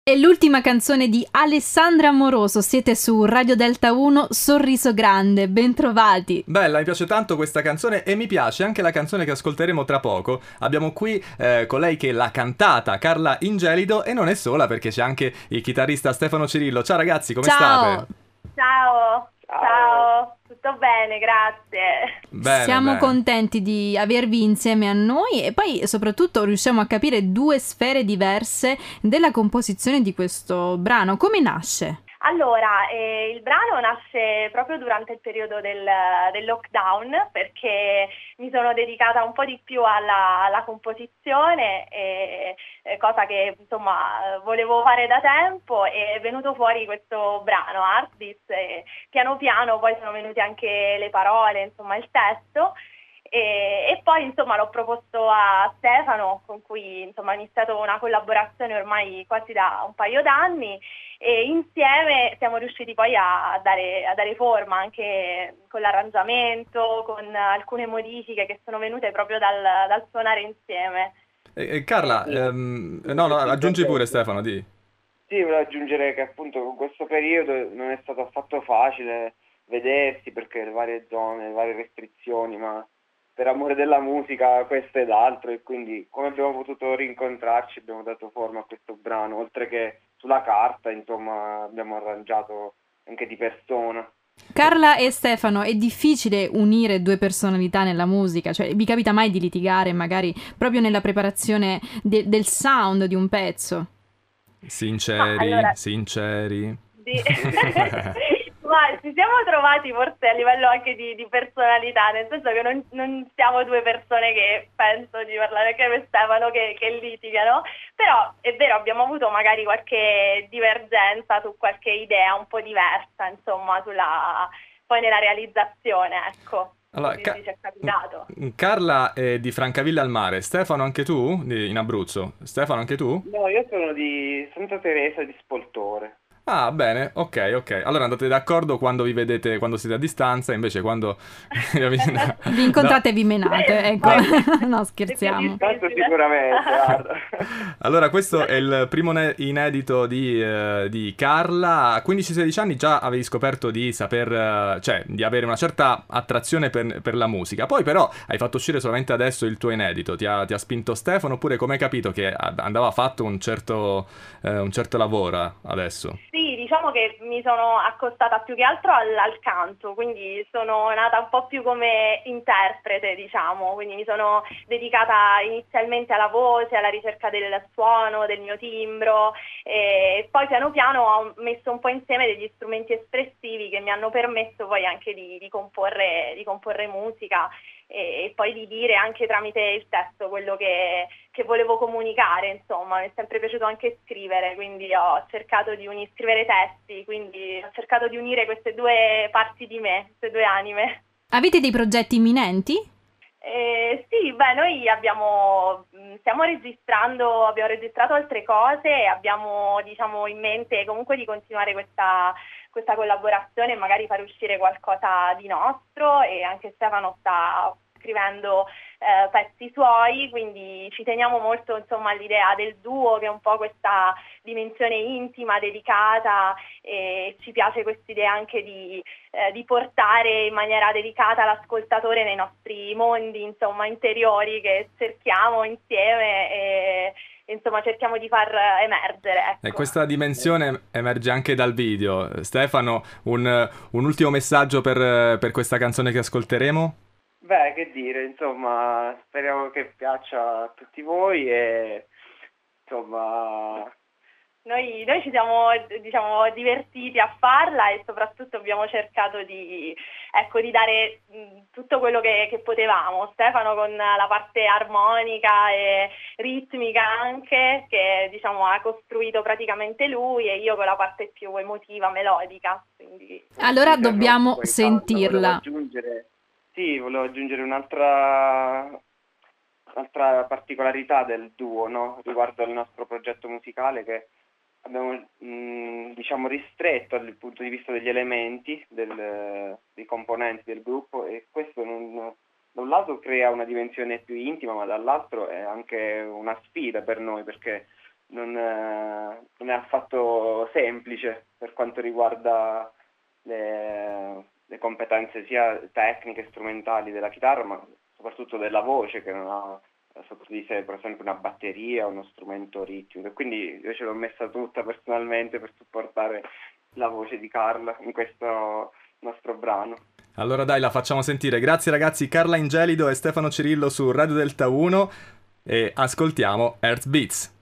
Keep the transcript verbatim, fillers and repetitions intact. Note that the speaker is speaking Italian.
È l'ultima canzone di Alessandra Amoroso, siete su Radio Delta uno, Sorriso Grande, bentrovati. Bella, mi piace tanto questa canzone e mi piace anche la canzone che ascolteremo tra poco. Abbiamo qui eh, colei che l'ha cantata, Carla Ingelido, e non è sola perché c'è anche il chitarrista Stefano Cirillo. Ciao ragazzi, come Ciao! state? Ciao, ciao, tutto bene, grazie. Bene, Siamo bene. contenti di avervi insieme a noi e poi soprattutto riusciamo a capire due sfere diverse della composizione di questo brano. Come nasce? Allora, eh, il brano nasce proprio durante il periodo del, del lockdown perché mi sono dedicata un po' di più alla, alla composizione, e, eh, cosa che insomma volevo fare da tempo, e è venuto fuori questo brano, Artbis, e piano piano poi sono venute anche le parole, insomma il testo. E, e poi insomma l'ho proposto a Stefano, con cui insomma ho iniziato una collaborazione ormai quasi da un paio d'anni, e insieme siamo riusciti poi a dare, a dare forma anche con l'arrangiamento, con alcune modifiche che sono venute proprio dal, dal suonare insieme. E, e Carla, Sì, ehm, no, no, sì, sì, aggiungi pure perfetto. Stefano, di. Sì, volevo aggiungere che appunto con questo periodo non è stato affatto facile vedersi perché le varie zone, le varie restrizioni, ma per amore della musica questo ed altro, e quindi come abbiamo potuto rincontrarci abbiamo dato forma a questo brano, oltre che sulla carta, insomma, abbiamo arrangiato anche di persona. Carla e Stefano, è difficile unire due personalità nella musica? Cioè, vi capita mai di litigare magari proprio nella preparazione de- del sound di un pezzo? Ma Sinceri, allora, sinceri. Sì. Ma ci siamo trovati forse a livello anche di, di personalità, nel senso che non, non siamo due persone che penso di parlare anche per Stefano che, che litigano, però è vero, abbiamo avuto magari qualche divergenza su qualche idea un po' diversa, insomma, sulla, poi nella realizzazione, ecco, Allora, così Ca- sì, ci è capitato. Carla è di Francavilla al Mare. Stefano, anche tu? Di- in Abruzzo. Stefano, anche tu? No, io sono di Santa Teresa di Spoltore. Ah, bene, ok, ok. Allora andate d'accordo quando vi vedete, quando siete a distanza, invece quando... Vi No. incontrate e vi menate, ecco. Poi No, è più scherziamo. Tanto difficile. sicuramente, guarda. Allora, questo è il primo ne- inedito di, eh, di Carla. A quindici sedici anni già avevi scoperto di saper, eh, cioè, di avere una certa attrazione per, per la musica. Poi però hai fatto uscire solamente adesso il tuo inedito. Ti ha, ti ha spinto Stefano, oppure come hai capito che a- andava fatto un certo, eh, un certo lavoro adesso? Sì, diciamo che mi sono accostata più che altro al, al canto, quindi sono nata un po' più come interprete, diciamo, quindi mi sono dedicata inizialmente alla voce, alla ricerca del suono, del mio timbro, e poi piano piano ho messo un po' insieme degli strumenti espressivi che mi hanno permesso poi anche di, di comporre, di comporre musica, e, e poi di dire anche tramite il testo quello che che volevo comunicare, insomma, mi è sempre piaciuto anche scrivere, quindi ho cercato di uni- scrivere testi, quindi ho cercato di unire queste due parti di me, queste due anime. Avete dei progetti imminenti? Eh, sì, beh, noi abbiamo, mh, stiamo registrando, abbiamo registrato altre cose e abbiamo, diciamo, in mente comunque di continuare questa, questa collaborazione e magari fare uscire qualcosa di nostro, e anche Stefano sta scrivendo eh, pezzi suoi, quindi ci teniamo molto, insomma, all'idea del duo, che è un po' questa dimensione intima, dedicata, e ci piace quest'idea anche di eh, di portare in maniera dedicata l'ascoltatore nei nostri mondi, insomma, interiori, che cerchiamo insieme, e insomma cerchiamo di far emergere, E ecco. questa dimensione emerge anche dal video. Stefano, un, un ultimo messaggio per, per questa canzone che ascolteremo? Beh, che dire, insomma, speriamo che piaccia a tutti voi e insomma, Noi, noi ci siamo, diciamo, divertiti a farla, e soprattutto abbiamo cercato di, ecco, di dare mh, tutto quello che, che potevamo. Stefano con la parte armonica e ritmica anche, che diciamo ha costruito praticamente lui, e io con la parte più emotiva, melodica. Quindi... Allora sì, se no, dobbiamo poi Carla, volevo sentirla. aggiungere, sì, volevo aggiungere un'altra un'altra particolarità del duo, no? Riguardo al nostro progetto musicale, che abbiamo mh, diciamo ristretto dal punto di vista degli elementi, del- dei componenti del gruppo, e questo non- da un lato crea una dimensione più intima, ma dall'altro è anche una sfida per noi, perché non, eh, non è affatto semplice per quanto riguarda le, le competenze sia tecniche, strumentali della chitarra, ma soprattutto della voce, che non ha sotto di sé per esempio una batteria, uno strumento ritmico, e quindi io ce l'ho messa tutta personalmente per supportare la voce di Carla in questo nostro brano. Allora dai, la facciamo sentire. Grazie ragazzi, Carla Ingelido e Stefano Cirillo su Radio Delta uno, e ascoltiamo Earth Beats.